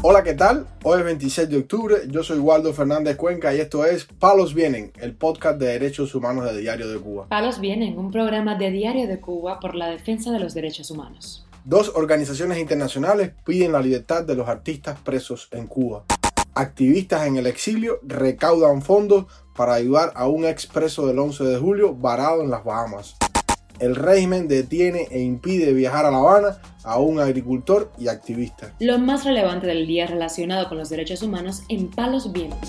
Hola, ¿qué tal? Hoy es 26 de octubre, yo soy Waldo Fernández Cuenca y esto es Palos Vienen, el podcast de derechos humanos de Diario de Cuba. Palos Vienen, un programa de Diario de Cuba por la defensa de los derechos humanos. Dos organizaciones internacionales piden la libertad de los artistas presos en Cuba. Activistas en el exilio recaudan fondos para ayudar a un expreso del 11 de julio varado en las Bahamas. El régimen detiene e impide viajar a La Habana a un agricultor y activista. Lo más relevante del día relacionado con los derechos humanos en Palos Vienen.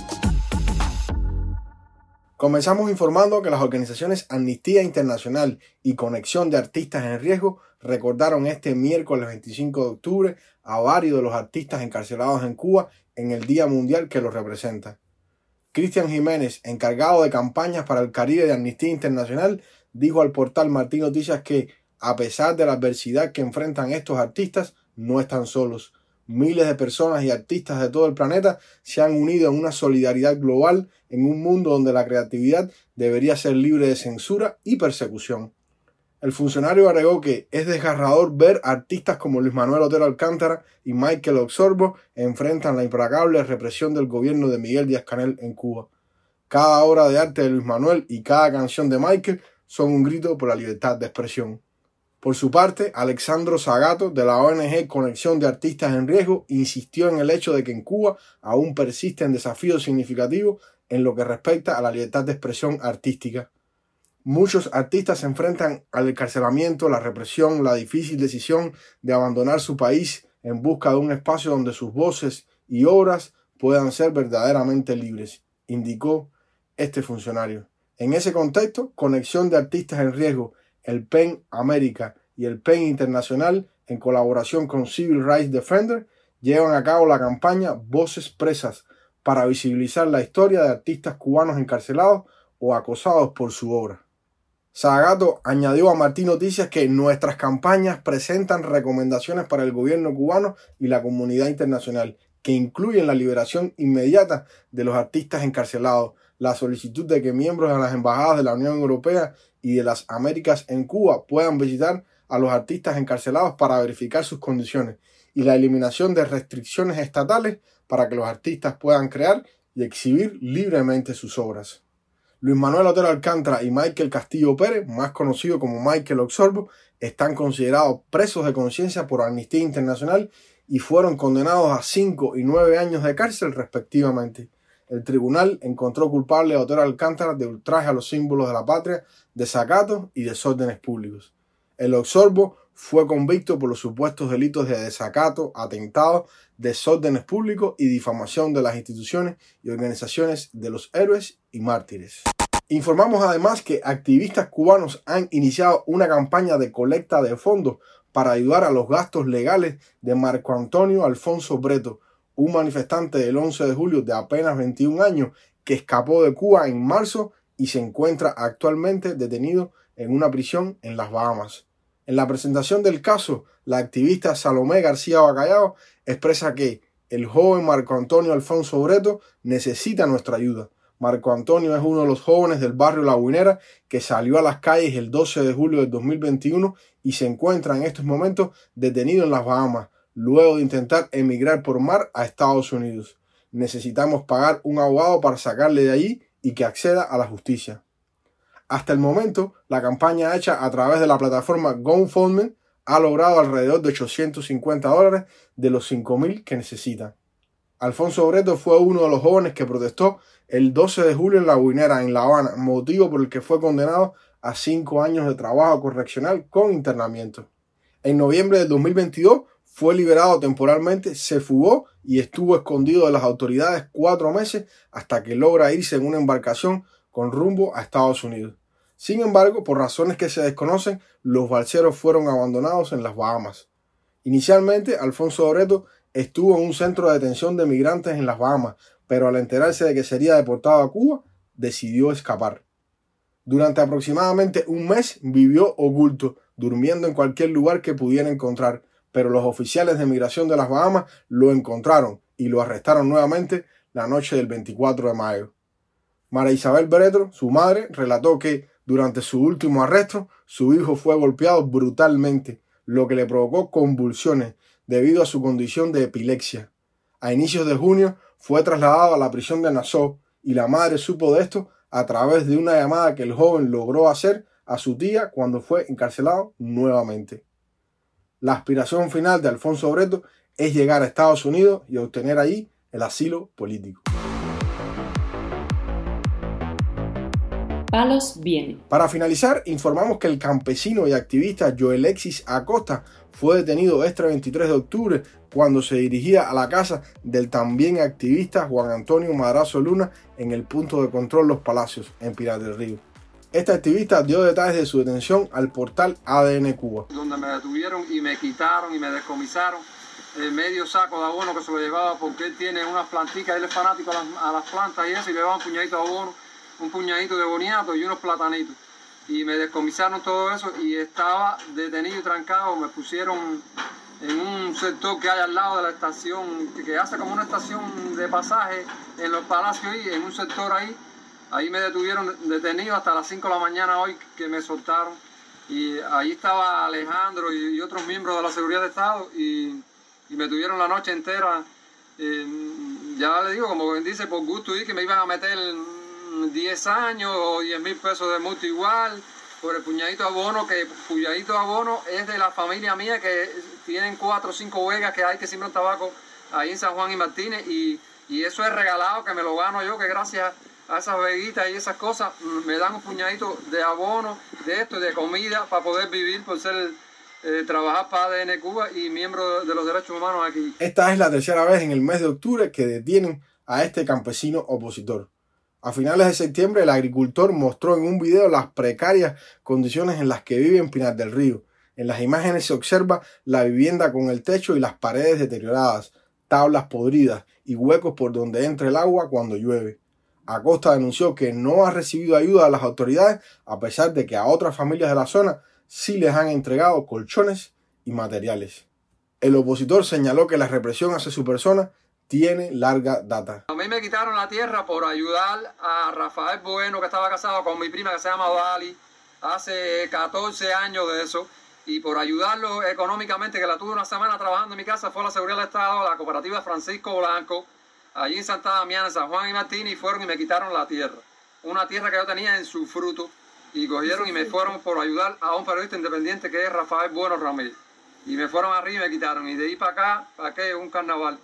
Comenzamos informando que las organizaciones Amnistía Internacional y Conexión de Artistas en Riesgo recordaron este miércoles 25 de octubre a varios de los artistas encarcelados en Cuba en el Día Mundial que los representa. Cristian Jiménez, encargado de campañas para el Caribe de Amnistía Internacional, dijo al portal Martín Noticias que, a pesar de la adversidad que enfrentan estos artistas, no están solos. Miles de personas y artistas de todo el planeta se han unido en una solidaridad global en un mundo donde la creatividad debería ser libre de censura y persecución. El funcionario agregó que es desgarrador ver artistas como Luis Manuel Otero Alcántara y Michael Osorbo enfrentan la implacable represión del gobierno de Miguel Díaz-Canel en Cuba. Cada obra de arte de Luis Manuel y cada canción de Michael son un grito por la libertad de expresión. Por su parte, Alexandro Zagato, de la ONG Conexión de Artistas en Riesgo, insistió en el hecho de que en Cuba aún persisten desafíos significativos en lo que respecta a la libertad de expresión artística. Muchos artistas se enfrentan al encarcelamiento, la represión, la difícil decisión de abandonar su país en busca de un espacio donde sus voces y obras puedan ser verdaderamente libres, indicó este funcionario. En ese contexto, Conexión de Artistas en Riesgo, el PEN América y el PEN Internacional, en colaboración con Civil Rights Defender, llevan a cabo la campaña Voces Presas para visibilizar la historia de artistas cubanos encarcelados o acosados por su obra. Zagato añadió a Martín Noticias que nuestras campañas presentan recomendaciones para el gobierno cubano y la comunidad internacional, que incluyen la liberación inmediata de los artistas encarcelados, la solicitud de que miembros de las embajadas de la Unión Europea y de las Américas en Cuba puedan visitar a los artistas encarcelados para verificar sus condiciones y la eliminación de restricciones estatales para que los artistas puedan crear y exhibir libremente sus obras. Luis Manuel Otero Alcántara y Michael Castillo Pérez, más conocido como Michael Osorbo, están considerados presos de conciencia por Amnistía Internacional y fueron condenados a 5 y 9 años de cárcel respectivamente. El tribunal encontró culpable a Otero Alcántara de ultraje a los símbolos de la patria, desacato y desórdenes públicos. El Osorbo fue convicto por los supuestos delitos de desacato, atentado, desórdenes públicos y difamación de las instituciones y organizaciones de los héroes y mártires. Informamos además que activistas cubanos han iniciado una campaña de colecta de fondos para ayudar a los gastos legales de Marco Antonio Alfonso Breto, un manifestante del 11 de julio de apenas 21 años que escapó de Cuba en marzo y se encuentra actualmente detenido en una prisión en las Bahamas. En la presentación del caso, la activista Salomé García Bacallao expresa que el joven Marco Antonio Alfonso Breto necesita nuestra ayuda. Marco Antonio es uno de los jóvenes del barrio La Guinera que salió a las calles el 12 de julio del 2021 y se encuentra en estos momentos detenido en las Bahamas, luego de intentar emigrar por mar a Estados Unidos. Necesitamos pagar un abogado para sacarle de allí y que acceda a la justicia. Hasta el momento, la campaña hecha a través de la plataforma GoFundMe ha logrado alrededor de $850 de los 5.000 que necesitan. Alfonso Breto fue uno de los jóvenes que protestó el 12 de julio en La Guinera, en La Habana, motivo por el que fue condenado a 5 años de trabajo correccional con internamiento. En noviembre del 2022 fue liberado temporalmente, se fugó y estuvo escondido de las autoridades 4 meses hasta que logra irse en una embarcación con rumbo a Estados Unidos. Sin embargo, por razones que se desconocen, los balseros fueron abandonados en las Bahamas. Inicialmente, Alfonso Breto estuvo en un centro de detención de migrantes en las Bahamas, pero al enterarse de que sería deportado a Cuba, decidió escapar. Durante aproximadamente un mes vivió oculto, durmiendo en cualquier lugar que pudiera encontrar, pero los oficiales de migración de las Bahamas lo encontraron y lo arrestaron nuevamente la noche del 24 de mayo. María Isabel Breto, su madre, relató que durante su último arresto, su hijo fue golpeado brutalmente, lo que le provocó convulsiones debido a su condición de epilepsia. A inicios de junio fue trasladado a la prisión de Nassau y la madre supo de esto a través de una llamada que el joven logró hacer a su tía cuando fue encarcelado nuevamente. La aspiración final de Alfonso Breto es llegar a Estados Unidos y obtener allí el asilo político. Palos vienen. Para finalizar, informamos que el campesino y activista Joelexis Acosta fue detenido este 23 de octubre cuando se dirigía a la casa del también activista Juan Antonio Madrazo Luna en el punto de control Los Palacios, en Pinar del Río. Este activista dio detalles de su detención al portal ADN Cuba. Donde me detuvieron y me quitaron y me descomisaron medio saco de abono que se lo llevaba porque él tiene unas plantitas, él es fanático a las plantas y eso, y le llevaba un puñadito de abono, un puñadito de boniato y unos platanitos. Y me descomisaron todo eso y estaba detenido y trancado. Me pusieron en un sector que hay al lado de la estación, que hace como una estación de pasaje en Los Palacios, y en un sector ahí me detuvieron detenido hasta las 5 de la mañana hoy que me soltaron. Y ahí estaba Alejandro y otros miembros de la seguridad de Estado y me tuvieron la noche entera. Ya le digo, como dice, por gusto, y que me iban a meter 10 años o 10,000 pesos de multa igual por el puñadito de abono, que puñadito de abono es de la familia mía, que tienen 4 o 5 vegas que hay que siembran tabaco ahí en San Juan y Martínez, y eso es regalado, que me lo gano yo, que gracias a esas veguitas y esas cosas me dan un puñadito de abono, de esto, de comida para poder vivir, por ser trabajar para ADN Cuba y miembro de los derechos humanos aquí. Esta es la tercera vez en el mes de octubre que detienen a este campesino opositor. A finales de septiembre, el agricultor mostró en un video las precarias condiciones en las que vive en Pinar del Río. En las imágenes se observa la vivienda con el techo y las paredes deterioradas, tablas podridas y huecos por donde entra el agua cuando llueve. Acosta denunció que no ha recibido ayuda de las autoridades, a pesar de que a otras familias de la zona sí les han entregado colchones y materiales. El opositor señaló que la represión hacia su persona tiene larga data. A mí me quitaron la tierra por ayudar a Rafael Bueno, que estaba casado con mi prima que se llama Dali, hace 14 años de eso, y por ayudarlo económicamente, que la tuve una semana trabajando en mi casa, fue la Seguridad del Estado, la cooperativa Francisco Blanco, allí en Santa Damiana, en San Juan y Martínez, y fueron y me quitaron la tierra. Una tierra que yo tenía en su fruto, y cogieron y me fueron por ayudar a un periodista independiente que es Rafael Bueno Ramírez. Y me fueron arriba y me quitaron, y de ahí para acá, ¿para qué? Un carnaval.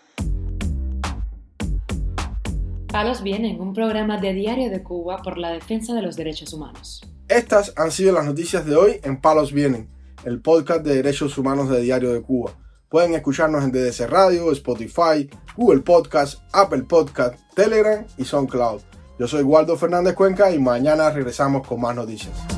Palos vienen, un programa de Diario de Cuba por la defensa de los derechos humanos. Estas han sido las noticias de hoy en Palos Vienen, el podcast de derechos humanos de Diario de Cuba. Pueden escucharnos en DDC Radio, Spotify, Google Podcast, Apple Podcast, Telegram y SoundCloud. Yo soy Waldo Fernández Cuenca y mañana regresamos con más noticias.